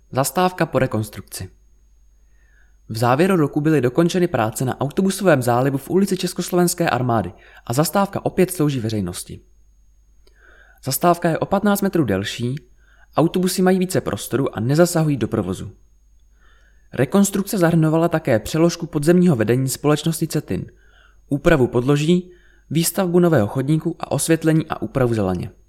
Zastávka po rekonstrukci. V závěru roku byly dokončeny práce na autobusovém zálivu v ulici Československé armády a zastávka opět slouží veřejnosti. Zastávka je o 15 metrů delší, autobusy mají více prostoru a nezasahují do provozu. Rekonstrukce zahrnovala také přeložku podzemního vedení společnosti Cetin, úpravu podloží, výstavbu nového chodníku a osvětlení a úpravu zeleně.